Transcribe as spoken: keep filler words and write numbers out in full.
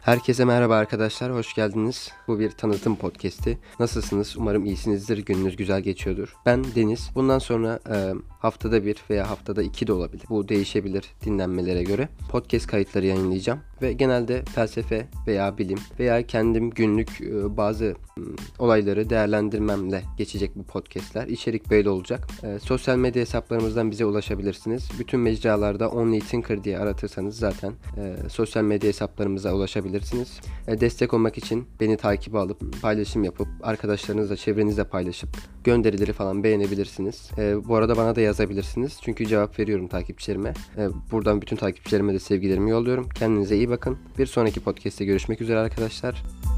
Herkese merhaba arkadaşlar, hoş geldiniz. Bu bir tanıtım podcast'i. Nasılsınız? Umarım iyisinizdir, gününüz güzel geçiyordur. Ben Deniz. Bundan sonra e, haftada bir veya haftada iki de olabilir. Bu değişebilir dinlenmelere göre. Podcast kayıtları yayınlayacağım ve genelde felsefe veya bilim veya kendim günlük e, bazı e, olayları değerlendirmemle geçecek bu podcast'ler. İçerik böyle olacak. E, sosyal medya hesaplarımızdan bize ulaşabilirsiniz. Bütün mecralarda Only Thinker diye aratırsanız zaten e, sosyal medya hesaplarımıza ulaşabilirsiniz. E, destek olmak için beni takibe alıp paylaşım yapıp arkadaşlarınızla çevrenizle paylaşıp gönderileri falan beğenebilirsiniz. E, bu arada bana da yazabilirsiniz. Çünkü cevap veriyorum takipçilerime. E, buradan bütün takipçilerime de sevgilerimi yolluyorum. Kendinize iyi bakın. Bir sonraki podcast'te görüşmek üzere arkadaşlar.